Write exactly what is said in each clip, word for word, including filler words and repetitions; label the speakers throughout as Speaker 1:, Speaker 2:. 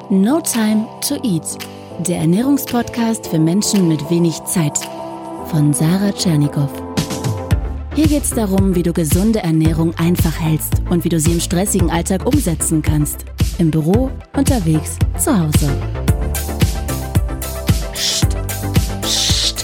Speaker 1: No Time to Eat, der Ernährungspodcast für Menschen mit wenig Zeit von Sarah Tschernikow. Hier geht es darum, wie du gesunde Ernährung einfach hältst und wie du sie im stressigen Alltag umsetzen kannst. Im Büro, unterwegs, zu Hause. Psst, psst.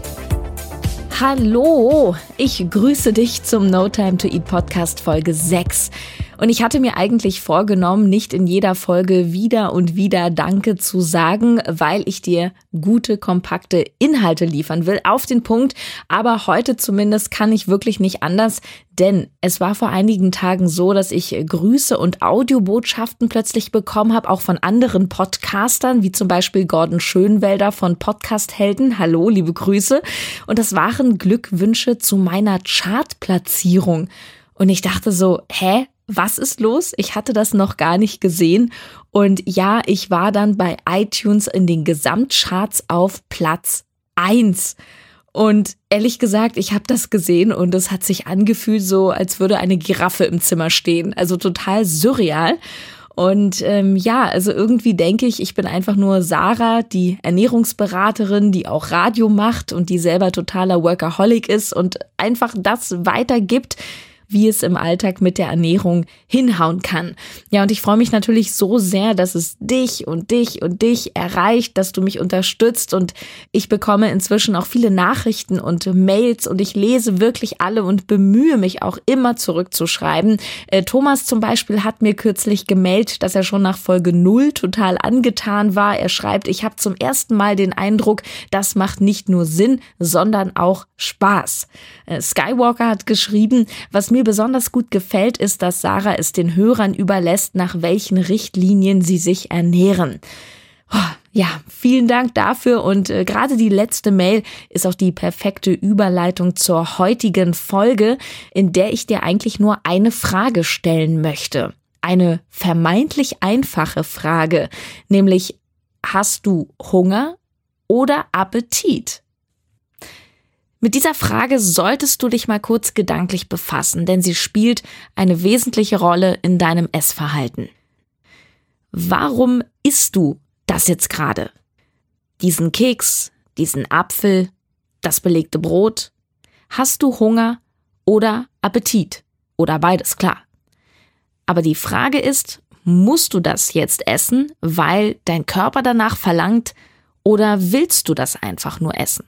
Speaker 1: Hallo, ich grüße dich zum No Time to Eat Podcast Folge sechs. Und ich hatte mir eigentlich vorgenommen, nicht in jeder Folge wieder und wieder Danke zu sagen, weil ich dir gute, kompakte Inhalte liefern will, auf den Punkt. Aber heute zumindest kann ich wirklich nicht anders, denn es war vor einigen Tagen so, dass ich Grüße und Audiobotschaften plötzlich bekommen habe, auch von anderen Podcastern, wie zum Beispiel Gordon Schönwelder von Podcast Helden. Hallo, liebe Grüße. Und das waren Glückwünsche zu meiner Chartplatzierung. Und ich dachte so, hä? Was ist los? Ich hatte das noch gar nicht gesehen. Und ja, ich war dann bei iTunes in den Gesamtcharts auf Platz eins. Und ehrlich gesagt, ich habe das gesehen und es hat sich angefühlt so, als würde eine Giraffe im Zimmer stehen. Also total surreal. Und ähm, ja, also irgendwie denke ich, ich bin einfach nur Sarah, die Ernährungsberaterin, die auch Radio macht und die selber totaler Workaholic ist und einfach das weitergibt, wie es im Alltag mit der Ernährung hinhauen kann. Ja, und ich freue mich natürlich so sehr, dass es dich und dich und dich erreicht, dass du mich unterstützt und ich bekomme inzwischen auch viele Nachrichten und Mails und ich lese wirklich alle und bemühe mich auch immer zurückzuschreiben. Äh, Thomas zum Beispiel hat mir kürzlich gemeldet, dass er schon nach Folge null total angetan war. Er schreibt, ich habe zum ersten Mal den Eindruck, das macht nicht nur Sinn, sondern auch Spaß. Äh, Skywalker hat geschrieben, was mir besonders gut gefällt, ist, dass Sarah es den Hörern überlässt, nach welchen Richtlinien sie sich ernähren. Oh, ja, vielen Dank dafür und äh, gerade die letzte Mail ist auch die perfekte Überleitung zur heutigen Folge, in der ich dir eigentlich nur eine Frage stellen möchte. Eine vermeintlich einfache Frage, nämlich: Hast du Hunger oder Appetit? Mit dieser Frage solltest du dich mal kurz gedanklich befassen, denn sie spielt eine wesentliche Rolle in deinem Essverhalten. Warum isst du das jetzt gerade? Diesen Keks, diesen Apfel, das belegte Brot? Hast du Hunger oder Appetit? Oder beides, klar. Aber die Frage ist, musst du das jetzt essen, weil dein Körper danach verlangt, oder willst du das einfach nur essen?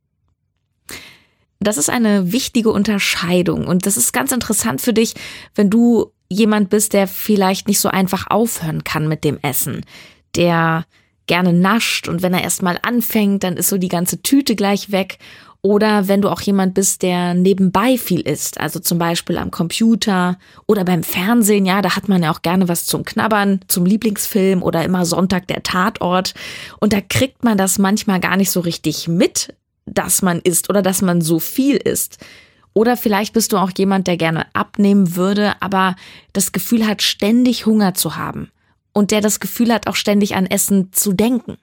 Speaker 1: Das ist eine wichtige Unterscheidung und das ist ganz interessant für dich, wenn du jemand bist, der vielleicht nicht so einfach aufhören kann mit dem Essen, der gerne nascht und wenn er erst mal anfängt, dann ist so die ganze Tüte gleich weg. Oder wenn du auch jemand bist, der nebenbei viel isst, also zum Beispiel am Computer oder beim Fernsehen, ja, da hat man ja auch gerne was zum Knabbern, zum Lieblingsfilm oder immer Sonntag der Tatort und da kriegt man das manchmal gar nicht so richtig mit, dass man isst oder dass man so viel isst. Oder vielleicht bist du auch jemand, der gerne abnehmen würde, aber das Gefühl hat, ständig Hunger zu haben und der das Gefühl hat, auch ständig an Essen zu denken.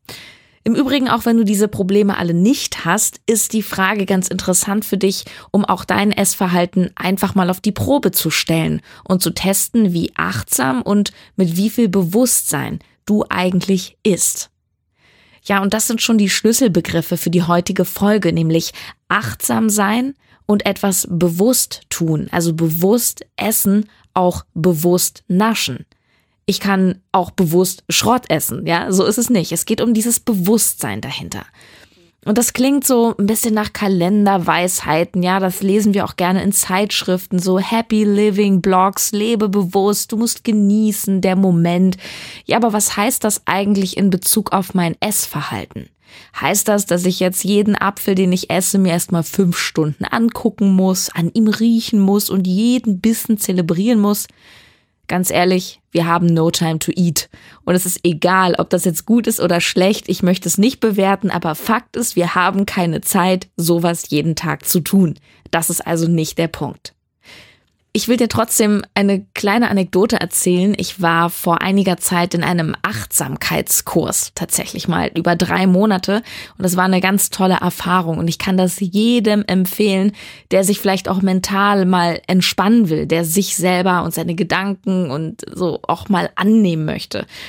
Speaker 1: Im Übrigen, auch wenn du diese Probleme alle nicht hast, ist die Frage ganz interessant für dich, um auch dein Essverhalten einfach mal auf die Probe zu stellen und zu testen, wie achtsam und mit wie viel Bewusstsein du eigentlich isst. Ja, und das sind schon die Schlüsselbegriffe für die heutige Folge, nämlich achtsam sein und etwas bewusst tun, also bewusst essen, auch bewusst naschen. Ich kann auch bewusst Schrott essen, ja, so ist es nicht. Es geht um dieses Bewusstsein dahinter. Und das klingt so ein bisschen nach Kalenderweisheiten, ja, das lesen wir auch gerne in Zeitschriften, so Happy Living Blogs, lebe bewusst, du musst genießen, der Moment. Ja, aber was heißt das eigentlich in Bezug auf mein Essverhalten? Heißt das, dass ich jetzt jeden Apfel, den ich esse, mir erstmal fünf Stunden angucken muss, an ihm riechen muss und jeden Bissen zelebrieren muss? Ganz ehrlich, wir haben no time to eat. Und es ist egal, ob das jetzt gut ist oder schlecht. Ich möchte es nicht bewerten, aber Fakt ist, wir haben keine Zeit, sowas jeden Tag zu tun. Das ist also nicht der Punkt. Ich will dir trotzdem eine kleine Anekdote erzählen. Ich war vor einiger Zeit in einem Achtsamkeitskurs, tatsächlich mal über drei Monate. Und das war eine ganz tolle Erfahrung. Und ich kann das jedem empfehlen, der sich vielleicht auch mental mal entspannen will, der sich selber und seine Gedanken und so auch mal annehmen möchte.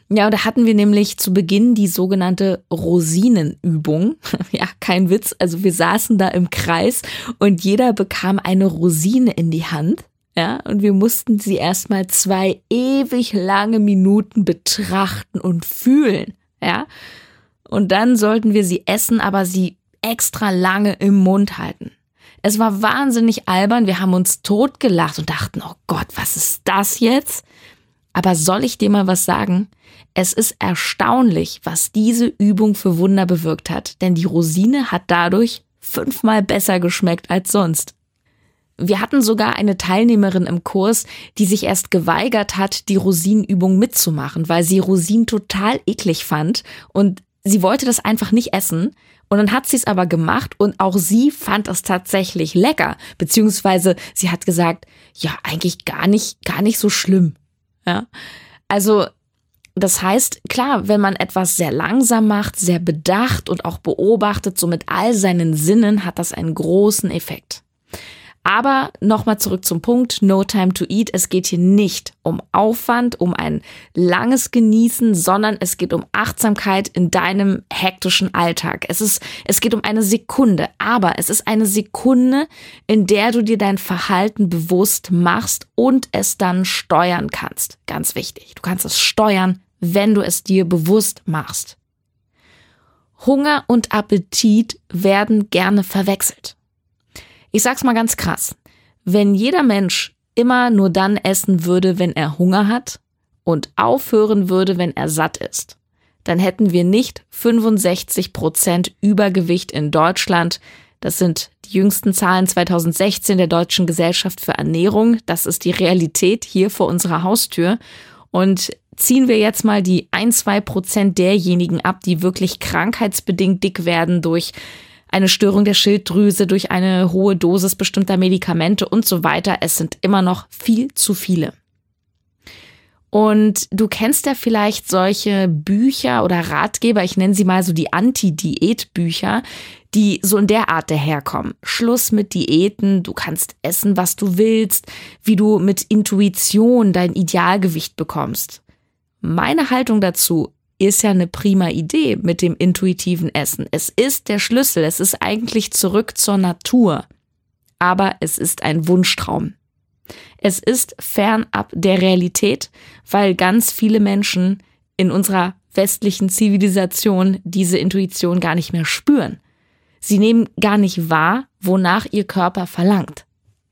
Speaker 1: Ja, und da hatten wir nämlich zu Beginn die sogenannte Rosinenübung. Ja, kein Witz. Also wir saßen da im Kreis und jeder bekam eine Rosine in die Hand. Ja, und wir mussten sie erstmal zwei ewig lange Minuten betrachten und fühlen. Ja, und dann sollten wir sie essen, aber sie extra lange im Mund halten. Es war wahnsinnig albern. Wir haben uns totgelacht und dachten, oh Gott, was ist das jetzt? Aber soll ich dir mal was sagen? Es ist erstaunlich, was diese Übung für Wunder bewirkt hat, denn die Rosine hat dadurch fünfmal besser geschmeckt als sonst. Wir hatten sogar eine Teilnehmerin im Kurs, die sich erst geweigert hat, die Rosinenübung mitzumachen, weil sie Rosinen total eklig fand und sie wollte das einfach nicht essen. Und dann hat sie es aber gemacht und auch sie fand es tatsächlich lecker, beziehungsweise sie hat gesagt, ja, eigentlich gar nicht, gar nicht so schlimm. Ja, also das heißt, klar, wenn man etwas sehr langsam macht, sehr bedacht und auch beobachtet, so mit all seinen Sinnen, hat das einen großen Effekt. Aber nochmal zurück zum Punkt, no time to eat. Es geht hier nicht um Aufwand, um ein langes Genießen, sondern es geht um Achtsamkeit in deinem hektischen Alltag. Es ist, es geht um eine Sekunde, aber es ist eine Sekunde, in der du dir dein Verhalten bewusst machst und es dann steuern kannst. Ganz wichtig. Du kannst es steuern, wenn du es dir bewusst machst. Hunger und Appetit werden gerne verwechselt. Ich sag's mal ganz krass. Wenn jeder Mensch immer nur dann essen würde, wenn er Hunger hat und aufhören würde, wenn er satt ist, dann hätten wir nicht fünfundsechzig Prozent Übergewicht in Deutschland. Das sind die jüngsten Zahlen zweitausendsechzehn der Deutschen Gesellschaft für Ernährung. Das ist die Realität hier vor unserer Haustür. Und ziehen wir jetzt mal die ein bis zwei Prozent derjenigen ab, die wirklich krankheitsbedingt dick werden durch eine Störung der Schilddrüse, durch eine hohe Dosis bestimmter Medikamente und so weiter. Es sind immer noch viel zu viele. Und du kennst ja vielleicht solche Bücher oder Ratgeber, ich nenne sie mal so die Anti-Diät-Bücher, die so in der Art daherkommen. Schluss mit Diäten, du kannst essen, was du willst, wie du mit Intuition dein Idealgewicht bekommst. Meine Haltung dazu ist ja eine prima Idee mit dem intuitiven Essen. Es ist der Schlüssel, es ist eigentlich zurück zur Natur. Aber es ist ein Wunschtraum. Es ist fernab der Realität, weil ganz viele Menschen in unserer westlichen Zivilisation diese Intuition gar nicht mehr spüren. Sie nehmen gar nicht wahr, wonach ihr Körper verlangt.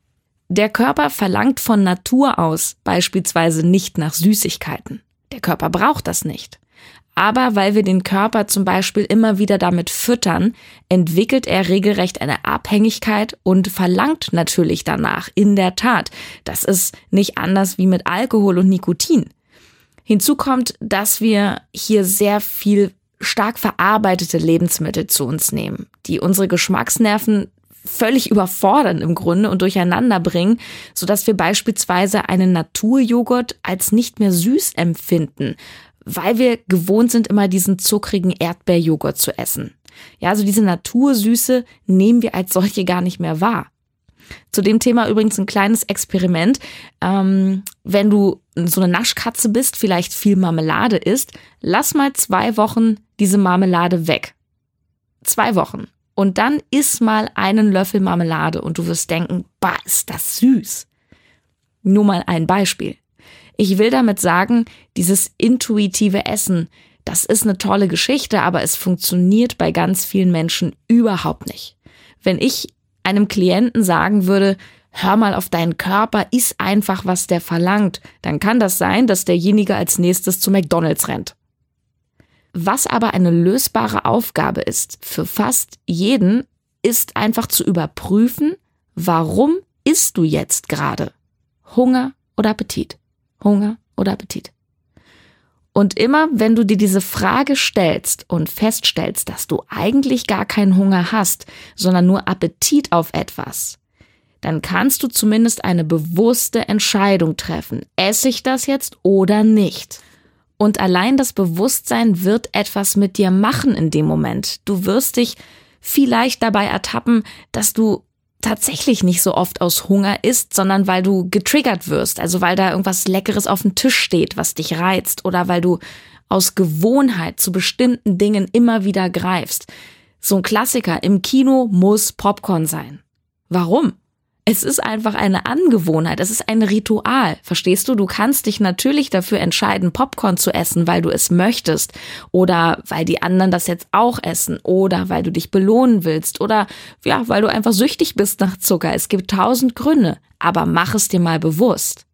Speaker 1: Der Körper verlangt von Natur aus beispielsweise nicht nach Süßigkeiten. Der Körper braucht das nicht. Aber weil wir den Körper zum Beispiel immer wieder damit füttern, entwickelt er regelrecht eine Abhängigkeit und verlangt natürlich danach, in der Tat. Das ist nicht anders wie mit Alkohol und Nikotin. Hinzu kommt, dass wir hier sehr viel stark verarbeitete Lebensmittel zu uns nehmen, die unsere Geschmacksnerven völlig überfordern im Grunde und durcheinander bringen, sodass wir beispielsweise einen Naturjoghurt als nicht mehr süß empfinden, weil wir gewohnt sind, immer diesen zuckrigen Erdbeerjoghurt zu essen. Ja, also diese Natursüße nehmen wir als solche gar nicht mehr wahr. Zu dem Thema übrigens ein kleines Experiment. Ähm, wenn du so eine Naschkatze bist, vielleicht viel Marmelade isst, lass mal zwei Wochen diese Marmelade weg. Zwei Wochen. Und dann iss mal einen Löffel Marmelade und du wirst denken, bah, ist das süß. Nur mal ein Beispiel. Ich will damit sagen, dieses intuitive Essen, das ist eine tolle Geschichte, aber es funktioniert bei ganz vielen Menschen überhaupt nicht. Wenn ich einem Klienten sagen würde, hör mal auf deinen Körper, iss einfach, was der verlangt, dann kann das sein, dass derjenige als nächstes zu McDonald's rennt. Was aber eine lösbare Aufgabe ist für fast jeden, ist einfach zu überprüfen, warum isst du jetzt gerade? Hunger oder Appetit? Hunger oder Appetit? Und immer, wenn du dir diese Frage stellst und feststellst, dass du eigentlich gar keinen Hunger hast, sondern nur Appetit auf etwas, dann kannst du zumindest eine bewusste Entscheidung treffen. Esse ich das jetzt oder nicht? Und allein das Bewusstsein wird etwas mit dir machen in dem Moment. Du wirst dich vielleicht dabei ertappen, dass du tatsächlich nicht so oft aus Hunger isst, sondern weil du getriggert wirst, also weil da irgendwas Leckeres auf dem Tisch steht, was dich reizt, oder weil du aus Gewohnheit zu bestimmten Dingen immer wieder greifst. So ein Klassiker, im Kino muss Popcorn sein. Warum? Es ist einfach eine Angewohnheit, es ist ein Ritual, verstehst du? Du kannst dich natürlich dafür entscheiden, Popcorn zu essen, weil du es möchtest oder weil die anderen das jetzt auch essen oder weil du dich belohnen willst oder ja, weil du einfach süchtig bist nach Zucker. Es gibt tausend Gründe, aber mach es dir mal bewusst.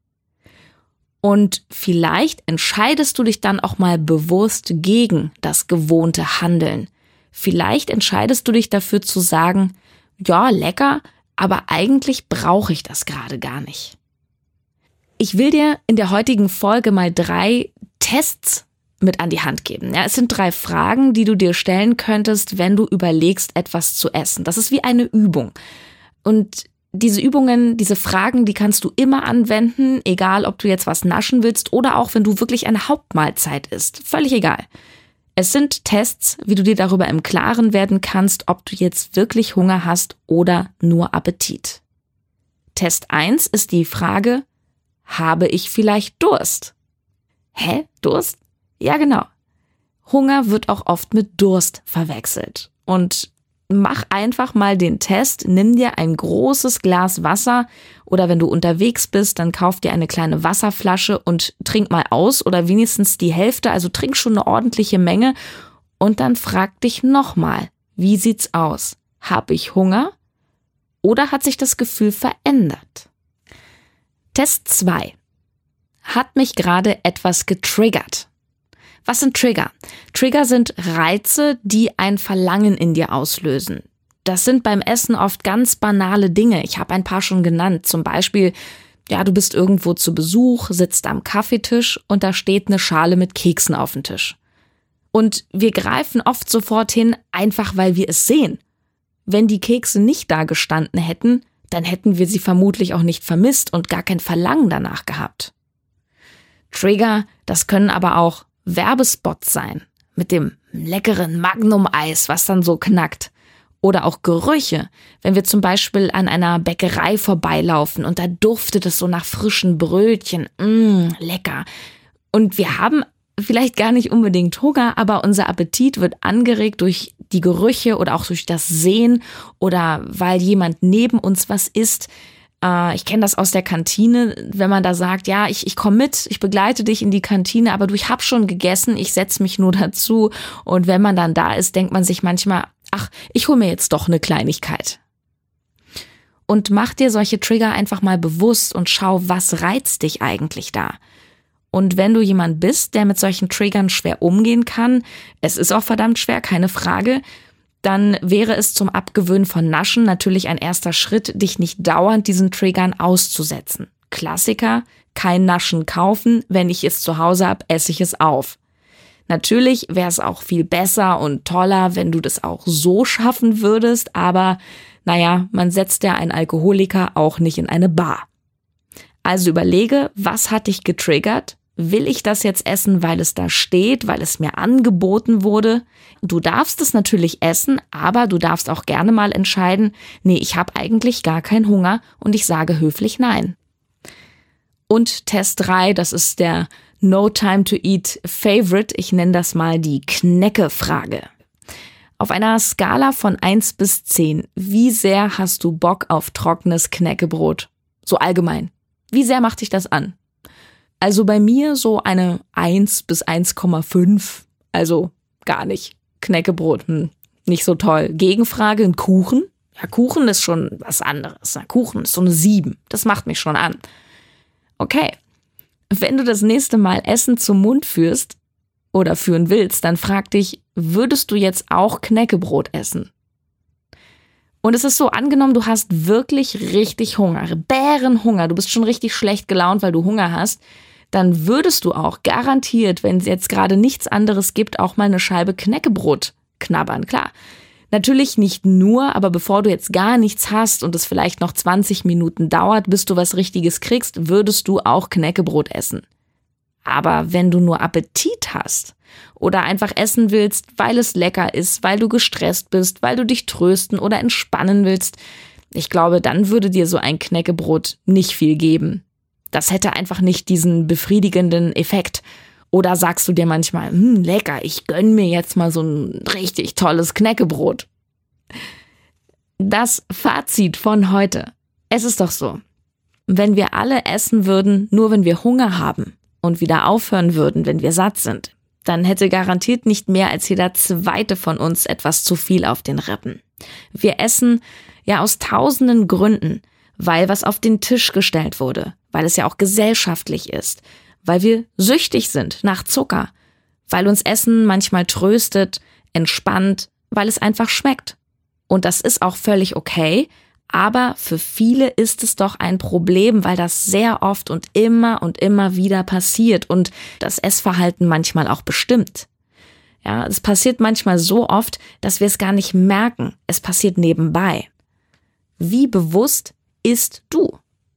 Speaker 1: Und vielleicht entscheidest du dich dann auch mal bewusst gegen das gewohnte Handeln. Vielleicht entscheidest du dich dafür zu sagen, ja, lecker, aber eigentlich brauche ich das gerade gar nicht. Ich will dir in der heutigen Folge mal drei Tests mit an die Hand geben. Ja, es sind drei Fragen, die du dir stellen könntest, wenn du überlegst, etwas zu essen. Das ist wie eine Übung. Und diese Übungen, diese Fragen, die kannst du immer anwenden, egal ob du jetzt was naschen willst oder auch wenn du wirklich eine Hauptmahlzeit isst. Völlig egal. Es sind Tests, wie du dir darüber im Klaren werden kannst, ob du jetzt wirklich Hunger hast oder nur Appetit. Test eins ist die Frage, habe ich vielleicht Durst? Hä? Durst? Ja, genau. Hunger wird auch oft mit Durst verwechselt. Und mach einfach mal den Test, nimm dir ein großes Glas Wasser oder wenn du unterwegs bist, dann kauf dir eine kleine Wasserflasche und trink mal aus oder wenigstens die Hälfte, also trink schon eine ordentliche Menge und dann frag dich nochmal, wie sieht's aus? Hab ich Hunger oder hat sich das Gefühl verändert? Test zwei. Hat mich gerade etwas getriggert? Was sind Trigger? Trigger sind Reize, die ein Verlangen in dir auslösen. Das sind beim Essen oft ganz banale Dinge. Ich habe ein paar schon genannt. Zum Beispiel, ja, du bist irgendwo zu Besuch, sitzt am Kaffeetisch und da steht eine Schale mit Keksen auf dem Tisch. Und wir greifen oft sofort hin, einfach weil wir es sehen. Wenn die Kekse nicht da gestanden hätten, dann hätten wir sie vermutlich auch nicht vermisst und gar kein Verlangen danach gehabt. Trigger, das können aber auch Werbespots sein, mit dem leckeren Magnum-Eis, was dann so knackt. Oder auch Gerüche, wenn wir zum Beispiel an einer Bäckerei vorbeilaufen und da duftet es so nach frischen Brötchen. Mmm, lecker. Und wir haben vielleicht gar nicht unbedingt Hunger, aber unser Appetit wird angeregt durch die Gerüche oder auch durch das Sehen oder weil jemand neben uns was isst. Ich kenne das aus der Kantine, wenn man da sagt, ja, ich, ich komme mit, ich begleite dich in die Kantine, aber du, ich habe schon gegessen, ich setze mich nur dazu. Und wenn man dann da ist, denkt man sich manchmal, ach, ich hole mir jetzt doch eine Kleinigkeit. Und mach dir solche Trigger einfach mal bewusst und schau, was reizt dich eigentlich da. Und wenn du jemand bist, der mit solchen Triggern schwer umgehen kann, es ist auch verdammt schwer, keine Frage, dann wäre es zum Abgewöhnen von Naschen natürlich ein erster Schritt, dich nicht dauernd diesen Triggern auszusetzen. Klassiker, kein Naschen kaufen, wenn ich es zu Hause habe, esse ich es auf. Natürlich wäre es auch viel besser und toller, wenn du das auch so schaffen würdest, aber naja, man setzt ja einen Alkoholiker auch nicht in eine Bar. Also überlege, was hat dich getriggert? Will ich das jetzt essen, weil es da steht, weil es mir angeboten wurde? Du darfst es natürlich essen, aber du darfst auch gerne mal entscheiden, nee, ich habe eigentlich gar keinen Hunger und ich sage höflich nein. Und Test drei, das ist der No Time to Eat Favorite, ich nenne das mal die Knecke-Frage. Auf einer Skala von eins bis zehn, wie sehr hast du Bock auf trockenes Knäckebrot? So allgemein. Wie sehr macht dich das an? Also bei mir so eine eins bis eins Komma fünf, also gar nicht. Knäckebrot, hm, nicht so toll. Gegenfrage, ein Kuchen? Ja, Kuchen ist schon was anderes. Na, Kuchen ist so eine sieben, das macht mich schon an. Okay, wenn du das nächste Mal Essen zum Mund führst oder führen willst, dann frag dich, würdest du jetzt auch Knäckebrot essen? Und es ist so, angenommen, du hast wirklich richtig Hunger, Bärenhunger, du bist schon richtig schlecht gelaunt, weil du Hunger hast, dann würdest du auch garantiert, wenn es jetzt gerade nichts anderes gibt, auch mal eine Scheibe Knäckebrot knabbern, klar. Natürlich nicht nur, aber bevor du jetzt gar nichts hast und es vielleicht noch zwanzig Minuten dauert, bis du was Richtiges kriegst, würdest du auch Knäckebrot essen. Aber wenn du nur Appetit hast oder einfach essen willst, weil es lecker ist, weil du gestresst bist, weil du dich trösten oder entspannen willst, Ich glaube, dann würde dir so ein Knäckebrot nicht viel geben. Das hätte einfach nicht diesen befriedigenden Effekt. Oder sagst du dir manchmal, hm, lecker, ich gönn mir jetzt mal so ein richtig tolles Knäckebrot. Das Fazit von heute. Es ist doch so, wenn wir alle essen würden, nur wenn wir Hunger haben und wieder aufhören würden, wenn wir satt sind, dann hätte garantiert nicht mehr als jeder Zweite von uns etwas zu viel auf den Rippen. Wir essen ja aus tausenden Gründen, weil was auf den Tisch gestellt wurde, weil es ja auch gesellschaftlich ist, weil wir süchtig sind nach Zucker, weil uns Essen manchmal tröstet, entspannt, weil es einfach schmeckt. Und das ist auch völlig okay, aber für viele ist es doch ein Problem, weil das sehr oft und immer und immer wieder passiert und das Essverhalten manchmal auch bestimmt. Ja, es passiert manchmal so oft, dass wir es gar nicht merken. Es passiert nebenbei. Wie bewusst isst du?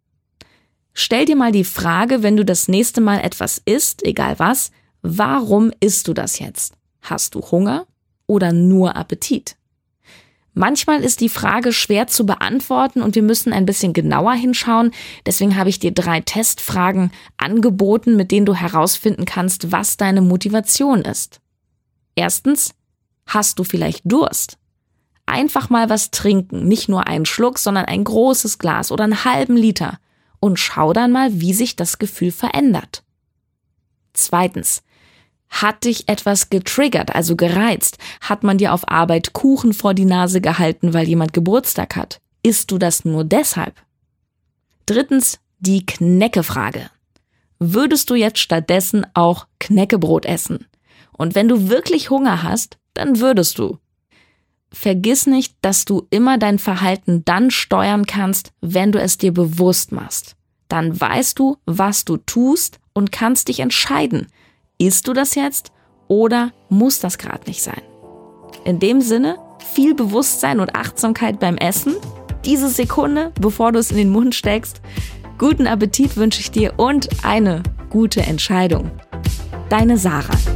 Speaker 1: Stell dir mal die Frage, wenn du das nächste Mal etwas isst, egal was, warum isst du das jetzt? Hast du Hunger oder nur Appetit? Manchmal ist die Frage schwer zu beantworten und wir müssen ein bisschen genauer hinschauen. Deswegen habe ich dir drei Testfragen angeboten, mit denen du herausfinden kannst, was deine Motivation ist. Erstens, hast du vielleicht Durst? Einfach mal was trinken, nicht nur einen Schluck, sondern ein großes Glas oder einen halben Liter. Und schau dann mal, wie sich das Gefühl verändert. Zweitens, hat dich etwas getriggert, also gereizt? Hat man dir auf Arbeit Kuchen vor die Nase gehalten, weil jemand Geburtstag hat? Isst du das nur deshalb? Drittens, die Knäckefrage. Würdest du jetzt stattdessen auch Knäckebrot essen? Und wenn du wirklich Hunger hast, dann würdest du. Vergiss nicht, dass du immer dein Verhalten dann steuern kannst, wenn du es dir bewusst machst. Dann weißt du, was du tust und kannst dich entscheiden. Isst du das jetzt oder muss das gerade nicht sein? In dem Sinne, viel Bewusstsein und Achtsamkeit beim Essen. Diese Sekunde, bevor du es in den Mund steckst. Guten Appetit wünsche ich dir und eine gute Entscheidung. Deine Sarah.